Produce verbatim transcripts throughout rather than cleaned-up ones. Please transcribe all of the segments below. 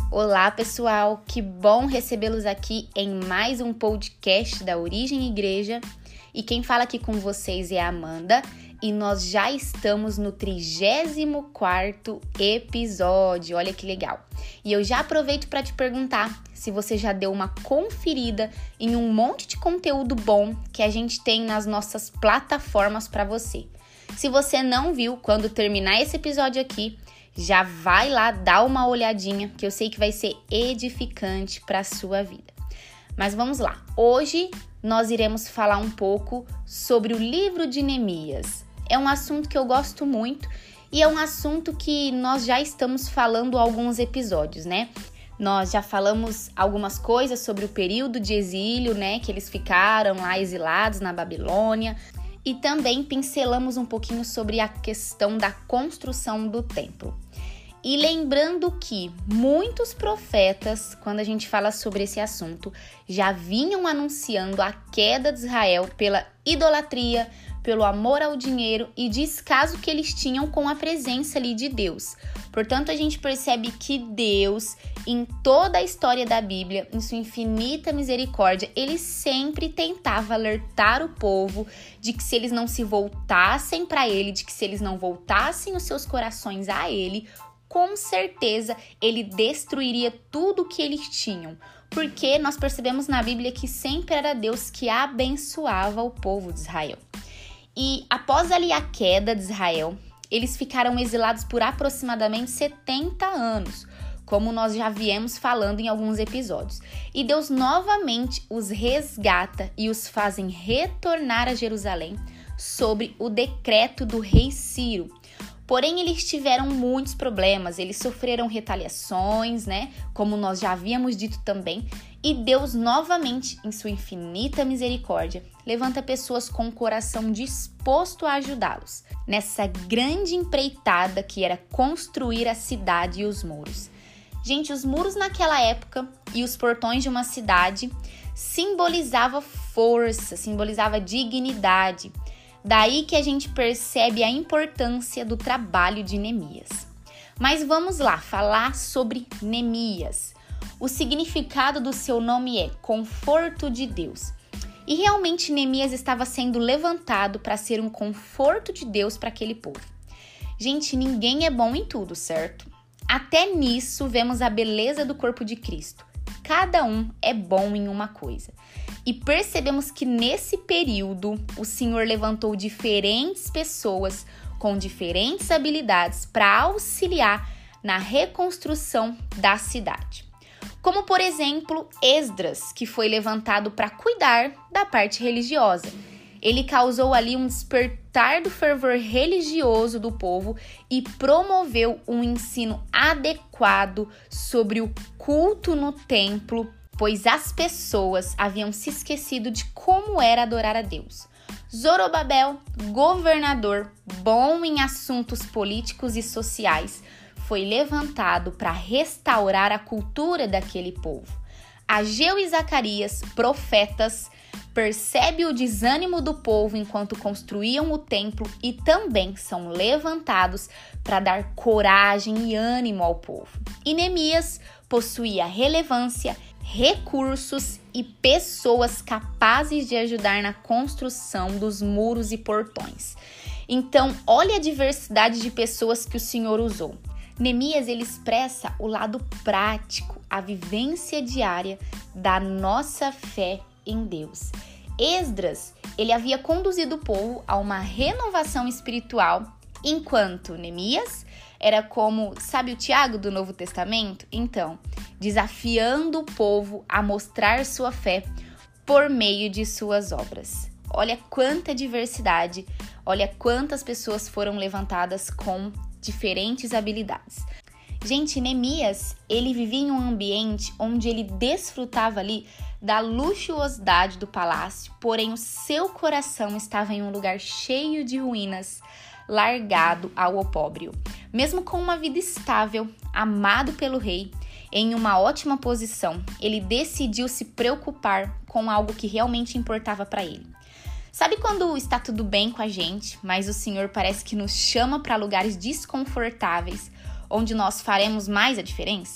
Olá pessoal, que bom recebê-los aqui em mais um podcast da Origem Igreja. E quem fala aqui com vocês é a Amanda e nós já estamos no trigésimo quarto episódio, olha que legal. E eu já aproveito para te perguntar se você já deu uma conferida em um monte de conteúdo bom que a gente tem nas nossas plataformas para você. Se você não viu, quando terminar esse episódio aqui, já vai lá dar uma olhadinha, que eu sei que vai ser edificante para a sua vida. Mas vamos lá. Hoje nós iremos falar um pouco sobre o livro de Neemias. É um assunto que eu gosto muito e é um assunto que nós já estamos falando há alguns episódios, né? Nós já falamos algumas coisas sobre o período de exílio, né? Que eles ficaram lá exilados na Babilônia. E também pincelamos um pouquinho sobre a questão da construção do templo. E lembrando que muitos profetas, quando a gente fala sobre esse assunto, já vinham anunciando a queda de Israel pela idolatria, pelo amor ao dinheiro e descaso que eles tinham com a presença ali de Deus. Portanto, a gente percebe que Deus, em toda a história da Bíblia, em sua infinita misericórdia, ele sempre tentava alertar o povo de que se eles não se voltassem para ele, de que se eles não voltassem os seus corações a ele, com certeza ele destruiria tudo que eles tinham. Porque nós percebemos na Bíblia que sempre era Deus que abençoava o povo de Israel. E após ali a queda de Israel, eles ficaram exilados por aproximadamente setenta anos, como nós já viemos falando em alguns episódios. E Deus novamente os resgata e os fazem retornar a Jerusalém sob o decreto do rei Ciro. Porém, eles tiveram muitos problemas, eles sofreram retaliações, né? Como nós já havíamos dito também. E Deus, novamente, em sua infinita misericórdia, levanta pessoas com o coração disposto a ajudá-los nessa grande empreitada que era construir a cidade e os muros. Gente, os muros naquela época e os portões de uma cidade simbolizavam força, simbolizavam dignidade. Daí que a gente percebe a importância do trabalho de Neemias. Mas vamos lá, falar sobre Neemias. O significado do seu nome é conforto de Deus. E realmente Neemias estava sendo levantado para ser um conforto de Deus para aquele povo. Gente, ninguém é bom em tudo, certo? Até nisso vemos a beleza do corpo de Cristo. Cada um é bom em uma coisa. E percebemos que nesse período o Senhor levantou diferentes pessoas com diferentes habilidades para auxiliar na reconstrução da cidade. Como, por exemplo, Esdras, que foi levantado para cuidar da parte religiosa. Ele causou ali um despertar do fervor religioso do povo e promoveu um ensino adequado sobre o culto no templo, pois as pessoas haviam se esquecido de como era adorar a Deus. Zorobabel, governador, bom em assuntos políticos e sociais, foi levantado para restaurar a cultura daquele povo. Ageu e Zacarias, profetas, percebe o desânimo do povo enquanto construíam o templo e também são levantados para dar coragem e ânimo ao povo. E Neemias possuía relevância, recursos e pessoas capazes de ajudar na construção dos muros e portões. Então, olha a diversidade de pessoas que o Senhor usou. Neemias, ele expressa o lado prático, a vivência diária da nossa fé em Deus. Esdras, ele havia conduzido o povo a uma renovação espiritual, enquanto Neemias era como, sabe o Tiago do Novo Testamento? Então, desafiando o povo a mostrar sua fé por meio de suas obras. Olha quanta diversidade, olha quantas pessoas foram levantadas com diferentes habilidades. Gente, Neemias, ele vivia em um ambiente onde ele desfrutava ali da luxuosidade do palácio, porém o seu coração estava em um lugar cheio de ruínas, largado ao opróbrio. Mesmo com uma vida estável, amado pelo rei, em uma ótima posição, ele decidiu se preocupar com algo que realmente importava para ele. Sabe quando está tudo bem com a gente, mas o Senhor parece que nos chama para lugares desconfortáveis, onde nós faremos mais a diferença?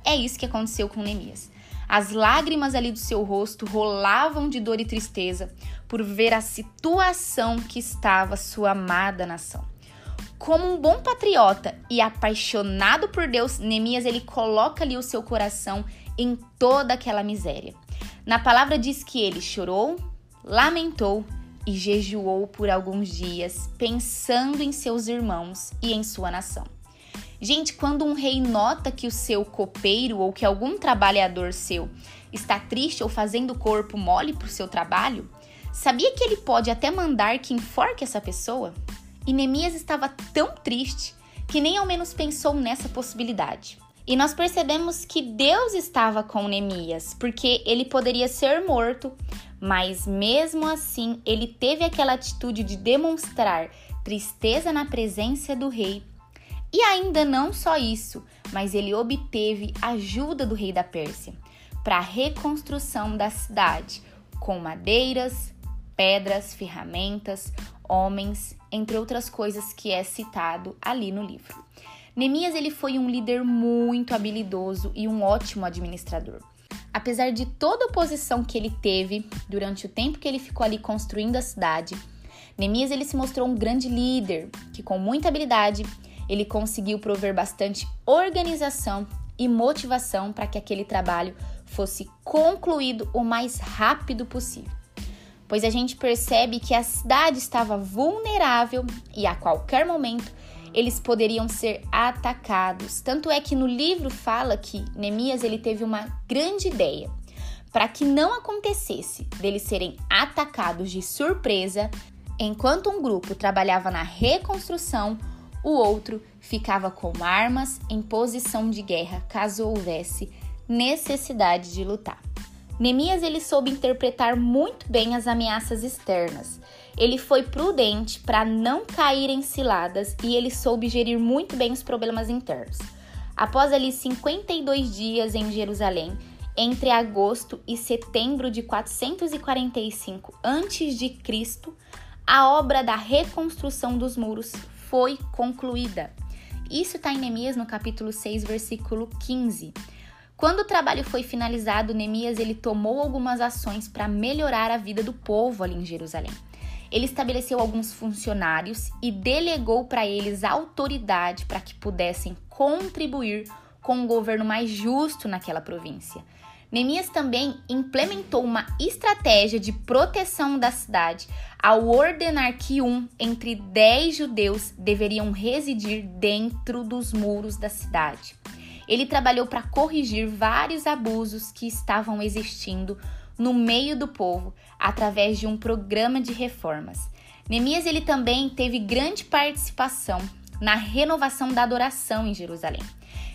É isso que aconteceu com Neemias. As lágrimas ali do seu rosto rolavam de dor e tristeza por ver a situação que estava sua amada nação. Como um bom patriota e apaixonado por Deus, Neemias ele coloca ali o seu coração em toda aquela miséria. Na palavra diz que ele chorou, lamentou e jejuou por alguns dias, pensando em seus irmãos e em sua nação. Gente, quando um rei nota que o seu copeiro ou que algum trabalhador seu está triste ou fazendo corpo mole para o seu trabalho, sabia que ele pode até mandar que enforque essa pessoa? E Neemias estava tão triste que nem ao menos pensou nessa possibilidade. E nós percebemos que Deus estava com Neemias, porque ele poderia ser morto, mas mesmo assim ele teve aquela atitude de demonstrar tristeza na presença do rei. E ainda não só isso, mas ele obteve ajuda do rei da Pérsia para a reconstrução da cidade, com madeiras, pedras, ferramentas, homens, entre outras coisas que é citado ali no livro. Neemias ele foi um líder muito habilidoso e um ótimo administrador. Apesar de toda a oposição que ele teve durante o tempo que ele ficou ali construindo a cidade, Neemias ele se mostrou um grande líder que, com muita habilidade, ele conseguiu prover bastante organização e motivação para que aquele trabalho fosse concluído o mais rápido possível. Pois a gente percebe que a cidade estava vulnerável e a qualquer momento eles poderiam ser atacados. Tanto é que no livro fala que Neemias ele teve uma grande ideia. Para que não acontecesse deles serem atacados de surpresa, enquanto um grupo trabalhava na reconstrução, o outro ficava com armas em posição de guerra caso houvesse necessidade de lutar. Neemias ele soube interpretar muito bem as ameaças externas. Ele foi prudente para não cair em ciladas e ele soube gerir muito bem os problemas internos. Após ali cinquenta e dois dias em Jerusalém, entre agosto e setembro de quatrocentos e quarenta e cinco antes de Cristo, a obra da reconstrução dos muros foi concluída. Isso está em Neemias no capítulo seis, versículo quinze. Quando o trabalho foi finalizado, Neemias ele tomou algumas ações para melhorar a vida do povo ali em Jerusalém. Ele estabeleceu alguns funcionários e delegou para eles autoridade para que pudessem contribuir com um governo mais justo naquela província. Neemias também implementou uma estratégia de proteção da cidade ao ordenar que um entre dez judeus deveriam residir dentro dos muros da cidade. Ele trabalhou para corrigir vários abusos que estavam existindo no meio do povo através de um programa de reformas. Neemias ele também teve grande participação na renovação da adoração em Jerusalém.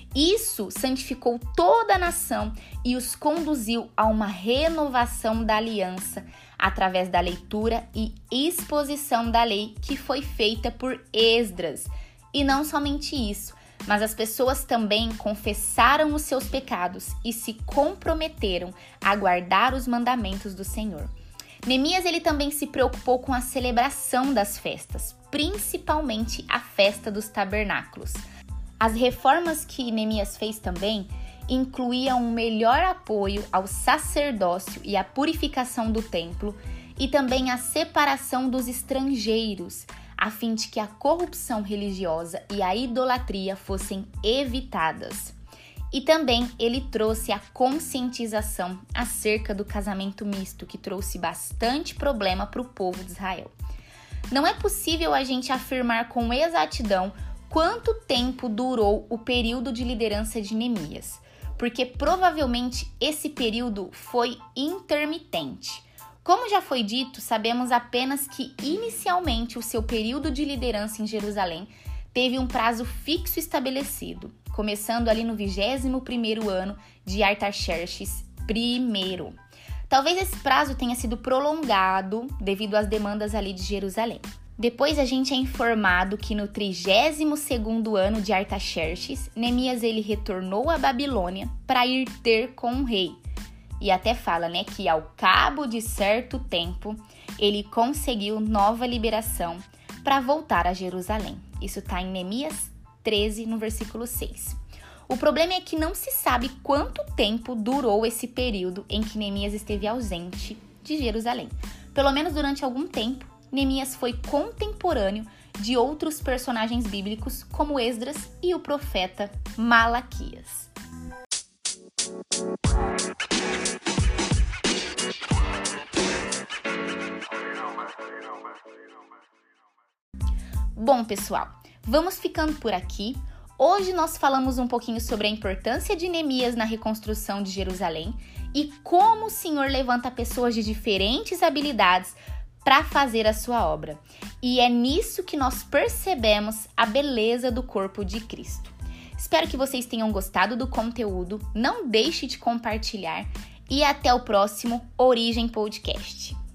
Isso santificou toda a nação e os conduziu a uma renovação da aliança através da leitura e exposição da lei que foi feita por Esdras. E não somente isso, mas as pessoas também confessaram os seus pecados e se comprometeram a guardar os mandamentos do Senhor. Neemias ele também se preocupou com a celebração das festas, principalmente a festa dos tabernáculos. As reformas que Neemias fez também incluíam um melhor apoio ao sacerdócio e à purificação do templo e também a separação dos estrangeiros, a fim de que a corrupção religiosa e a idolatria fossem evitadas. E também ele trouxe a conscientização acerca do casamento misto, que trouxe bastante problema para o povo de Israel. Não é possível a gente afirmar com exatidão quanto tempo durou o período de liderança de Neemias, porque provavelmente esse período foi intermitente. Como já foi dito, sabemos apenas que inicialmente o seu período de liderança em Jerusalém teve um prazo fixo estabelecido, começando ali no vigésimo primeiro ano de Artaxerxes I. Talvez esse prazo tenha sido prolongado devido às demandas ali de Jerusalém. Depois a gente é informado que no trigésimo segundo ano de Artaxerxes, Neemias ele retornou à Babilônia para ir ter com o rei. E até fala, né, que ao cabo de certo tempo, ele conseguiu nova liberação para voltar a Jerusalém. Isso está em Neemias treze, no versículo seis. O problema é que não se sabe quanto tempo durou esse período em que Neemias esteve ausente de Jerusalém. Pelo menos durante algum tempo, Neemias foi contemporâneo de outros personagens bíblicos como Esdras e o profeta Malaquias. Bom, pessoal, vamos ficando por aqui. Hoje nós falamos um pouquinho sobre a importância de Neemias na reconstrução de Jerusalém e como o Senhor levanta pessoas de diferentes habilidades para fazer a sua obra. E é nisso que nós percebemos a beleza do corpo de Cristo. Espero que vocês tenham gostado do conteúdo, não deixe de compartilhar e até o próximo Origem Podcast.